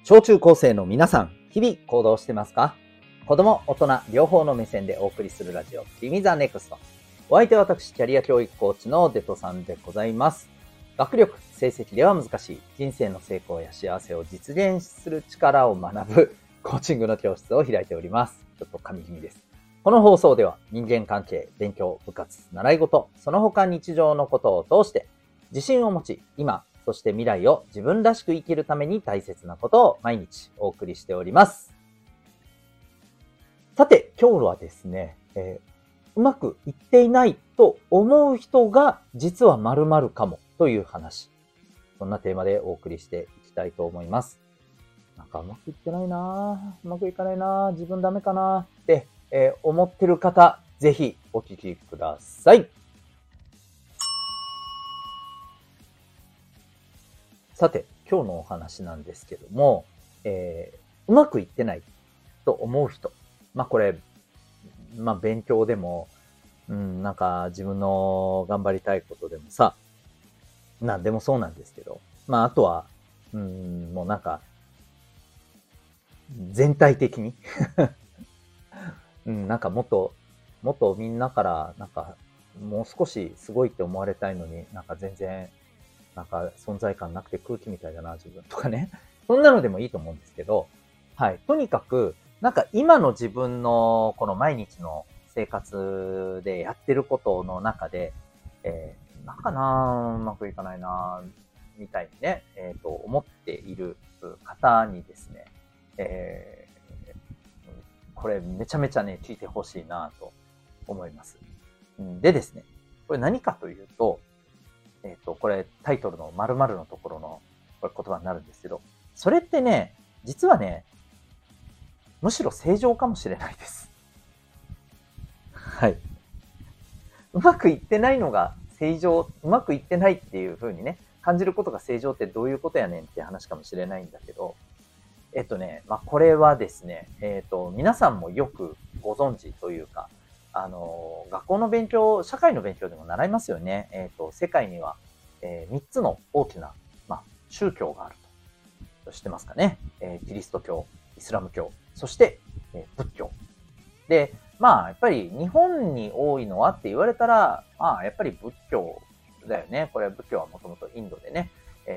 小中高生の皆さん、日々行動してますか？子供、大人、両方の目線でお送りするラジオ、君ザネクスト。お相手は私、キャリア教育コーチのデトさんでございます。学力、成績では難しい、人生の成功や幸せを実現する力を学ぶ、コーチングの教室を開いております。ちょっと神気味です。この放送では、人間関係、勉強、部活、習い事、その他日常のことを通して、自信を持ち、今、そして未来を自分らしく生きるために大切なことを毎日お送りしております。さて、今日はですね、うまくいっていないと思う人が実は〇〇かもという話。そんなテーマでお送りしていきたいと思います。なんかうまくいってないなぁ、うまくいかないなぁ、自分ダメかなって、思ってる方、ぜひお聞きください。さて、今日のお話なんですけども、うまくいってないと思う人。これ、勉強でも、なんか自分の頑張りたいことでもさ、なんでもそうなんですけど、あとは、もうなんか、全体的に、なんかもっとみんなから、なんか、もう少しすごいって思われたいのに、なんか全然、なんか存在感なくて空気みたいだな、自分とかね。そんなのでもいいと思うんですけど、はい。とにかく、なんか今の自分のこの毎日の生活でやってることの中で、なんかなうまくいかないなみたいにね、思っている方にですね、えーこれめちゃめちゃね、聞いてほしいなと思います。でですね、これ何かというと、これタイトルの〇〇のところのこれ言葉になるんですけど、それってね、実はね、むしろ正常かもしれないです。はい。うまくいってないのが正常、うまくいってないっていう風にね、感じることが正常ってどういうことやねんって話かもしれないんだけど、これはですね、皆さんもよくご存知というか、学校の勉強、社会の勉強でも習いますよね。世界には、3つの大きな、宗教があると。知ってますかね。キリスト教、イスラム教、そして、仏教。で、やっぱり日本に多いのはって言われたら、やっぱり仏教だよね。これ仏教はもともとインドでね、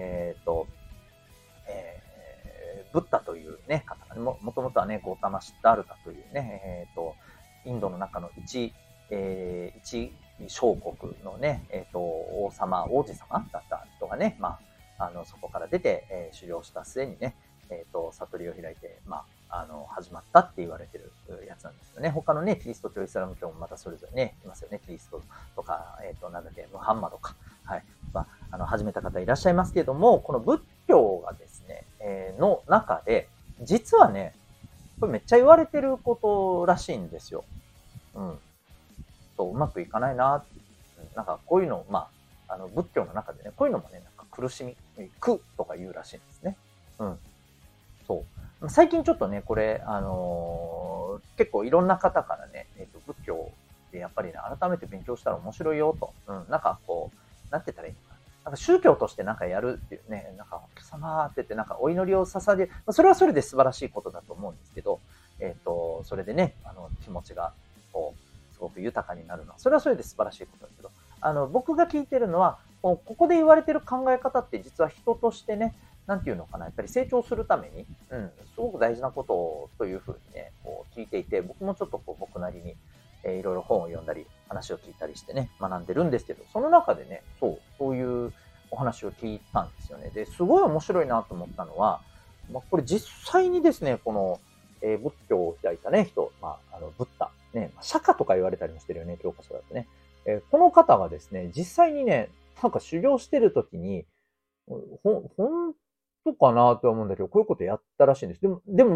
ブッダというね、方がもともとはね、ゴータマ・シッダールタというね、インドの中の一小国のね、王子様だった人がね、そこから出て、修行した末にね、悟りを開いて、始まったって言われてるやつなんですよね。他のね、キリスト教、イスラム教もまたそれぞれね、いますよね。キリストとか、なんだっけ、ムハンマドか。はい。始めた方いらっしゃいますけれども、この仏教がですね、の中で、実はね、これめっちゃ言われてることらしいんですよ。うまくいかないな、なんかこういうの、仏教の中でね、こういうのもね、なんか苦しみ、苦とか言うらしいんですね。そう。最近ちょっとね、これ、結構いろんな方からね、仏教でやっぱりね、改めて勉強したら面白いよと。なんかこう、なんて言ったらいいのかな。なんか宗教としてなんかやるっていうね、なんか、お客様って言ってなんかお祈りを捧げ、それはそれで素晴らしいことだと思うんですけど、それでね、気持ちが、こう、すごく豊かになるのは、それはそれで素晴らしいことだけど、僕が聞いてるのは、ここで言われてる考え方って実は人としてね、なんていうのかな、やっぱり成長するために、すごく大事なことというふうにね、こう聞いていて、僕もちょっとこう僕なりに、いろいろ本を読んだり、話を聞いたりしてね、学んでるんですけど、その中でね、そういうお話を聞いたんですよね。で、すごい面白いなと思ったのは、これ実際にですね、この、仏教を開いたね、人、ブッダ、ね、釈迦とか言われたりもしてるよね、教科書だとね。この方がですね、実際にね、なんか修行してる時に、本当かなとは思うんだけど、こういうことやったらしいんです。でも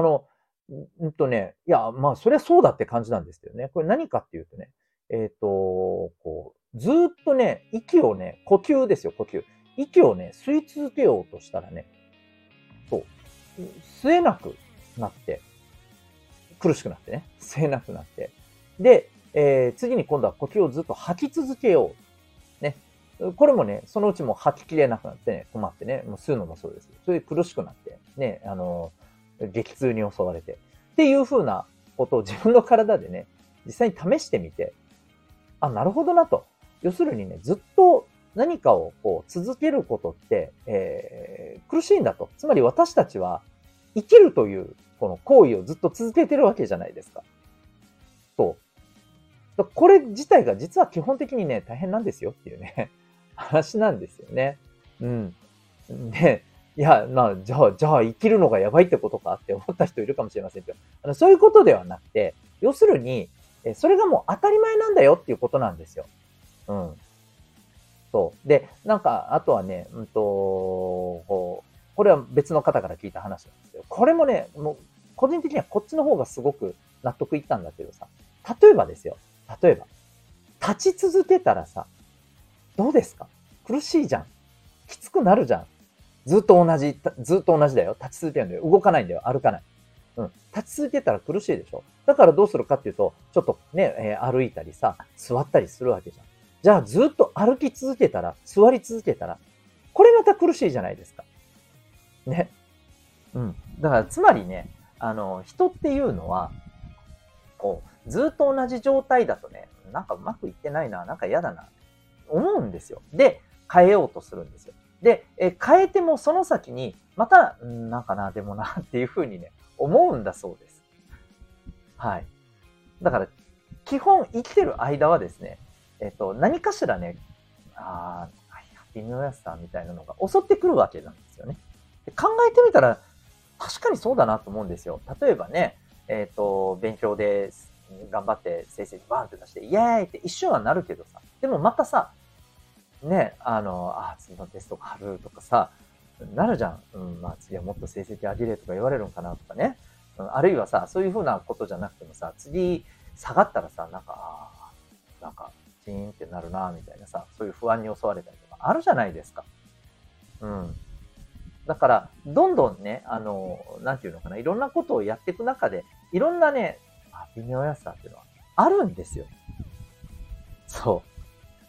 そりゃそうだって感じなんですけどね。これ何かっていうとね、ずーっとね、息をね、呼吸ですよ、呼吸。息をね、吸い続けようとしたらね、そう、吸えなくなって、苦しくなってね、吸えなくなって。で、次に今度は呼吸をずっと吐き続けよう。ね。これもね、そのうちも吐ききれなくなってね、困ってね、もう吸うのもそうです。それで苦しくなって。 ね、激痛に襲われて。っていう風なことを自分の体でね、実際に試してみて、あ、なるほどなと。要するにね、ずっと何かをこう続けることって、苦しいんだと。つまり私たちは生きるというこの行為をずっと続けてるわけじゃないですか。そう。これ自体が実は基本的にね、大変なんですよっていうね、話なんですよね。うん。で、いや、まあ、じゃあ生きるのがやばいってことかって思った人いるかもしれませんけど、そういうことではなくて、要するに、それがもう当たり前なんだよっていうことなんですよ。うん。そう。で、なんか、あとはね、これは別の方から聞いた話なんですけど、これもね、もう、個人的にはこっちの方がすごく納得いったんだけどさ、例えばですよ。例えば、立ち続けたらさ、どうですか？苦しいじゃん。きつくなるじゃん。ずっと同じだよ。立ち続けるんだよ。動かないんだよ。歩かない。うん。立ち続けたら苦しいでしょ。だからどうするかっていうと、ちょっとね、歩いたりさ、座ったりするわけじゃん。じゃあずっと歩き続けたら、座り続けたら、これまた苦しいじゃないですか。ね。うん。だからつまりね、人っていうのは、こう、ずっと同じ状態だとね、なんかうまくいってないな、なんか嫌だな、思うんですよ。で、変えようとするんですよ。で、変えてもその先に、また、なんかな、でもな、っていうふうにね、思うんだそうです。はい。だから、基本生きてる間はですね、何かしらね、ハッピーニューイヤーさみたいなのが襲ってくるわけなんですよね。で考えてみたら、確かにそうだなと思うんですよ。例えばね、勉強で頑張って成績バーンって出して、イエーイって一瞬はなるけどさ、でもまたさ、ね、次のテストがあるとかさ、なるじゃん。うん、まあ次はもっと成績上げれとか言われるのかなとかね。うん、あるいはさ、そういうふうなことじゃなくてもさ、次下がったらさ、なんか、チーンってなるな、みたいなさ、そういう不安に襲われたりとかあるじゃないですか。うん。だから、どんどんね、なんていうのかな、いろんなことをやっていく中で、いろんなね、微妙やさっていうのはあるんですよ。そう。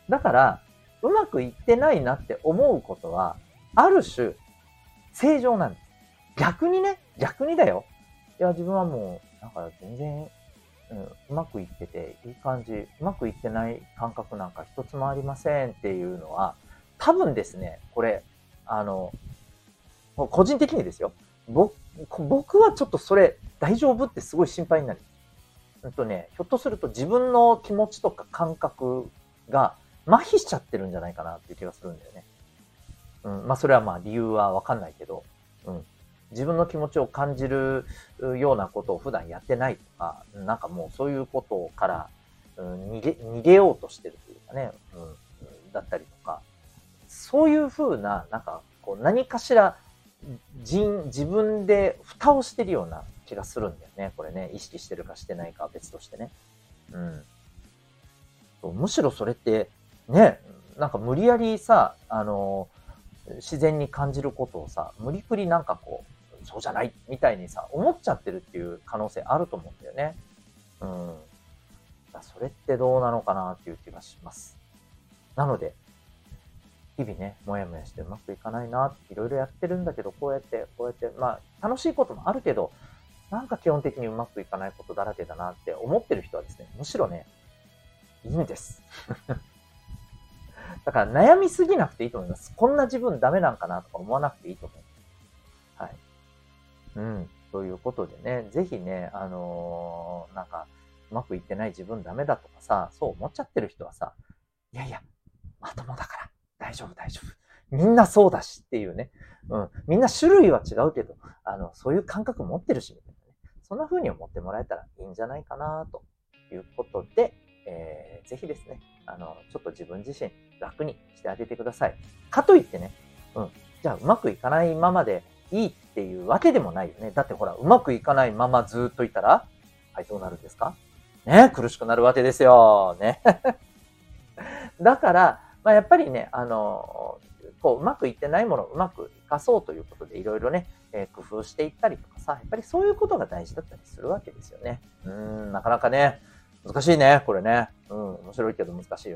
だから、うまくいってないなって思うことは、ある種、正常なんです。逆にだよ。いや、自分はもう、なんか全然、うまくいってて、いい感じ、うまくいってない感覚なんか一つもありませんっていうのは、多分ですね、これ、あの、個人的にですよ。僕はちょっとそれ大丈夫ってすごい心配になる。ひょっとすると自分の気持ちとか感覚が麻痺しちゃってるんじゃないかなっていう気がするんだよね。うん、まあそれはまあ理由はわかんないけど、うん。自分の気持ちを感じるようなことを普段やってないとか、なんかもうそういうことから、逃げようとしてるというかね、だったりとか、そういうふうな、なんかこう何かしら自分で蓋をしてるような気がするんだよね。これね、意識してるかしてないかは別としてね。うん。むしろそれって、ね、なんか無理やりさ、自然に感じることをさ、無理くりなんかこう、そうじゃないみたいにさ、思っちゃってるっていう可能性あると思うんだよね。うん。それってどうなのかなっていう気がします。なので、日々ね、もやもやしてうまくいかないな、いろいろやってるんだけど、こうやって、まあ、楽しいこともあるけど、なんか基本的にうまくいかないことだらけだなって思ってる人はですね、むしろね、いいんです。だから悩みすぎなくていいと思います。こんな自分ダメなんかなとか思わなくていいと思います。はい。うん。ということでね、ぜひね、なんか、うまくいってない自分ダメだとかさ、そう思っちゃってる人はさ、いやいや、まともだから、大丈夫。みんなそうだしっていうね。うん。みんな種類は違うけど、そういう感覚持ってるし、みたいなね。そんな風に思ってもらえたらいいんじゃないかな、ということで、ぜひですね、ちょっと自分自身楽にしてあげてください。かといってね、うん。じゃあ、うまくいかないままでいいっていうわけでもないよね。だってほら、うまくいかないままずっといたら、はい、どうなるんですかね、苦しくなるわけですよ。ね。だから、まあ、やっぱりね、こう、うまくいってないものをうまく活かそうということで、いろいろね、工夫していったりとかさ、やっぱりそういうことが大事だったりするわけですよね。なかなかね、難しいね、これね。面白いけど難しいよね。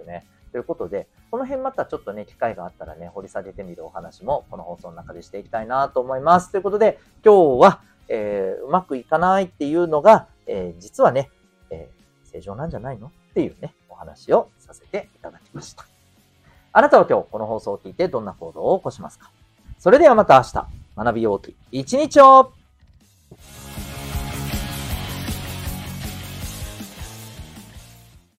ということで、この辺またちょっとね、機会があったらね、掘り下げてみるお話も、この放送の中でしていきたいなと思います。ということで、今日は、うまくいかないっていうのが、実はね、正常なんじゃないのっていうね、お話をさせていただきました。あなたは今日この放送を聞いてどんな行動を起こしますか？それではまた明日、学びようと一日を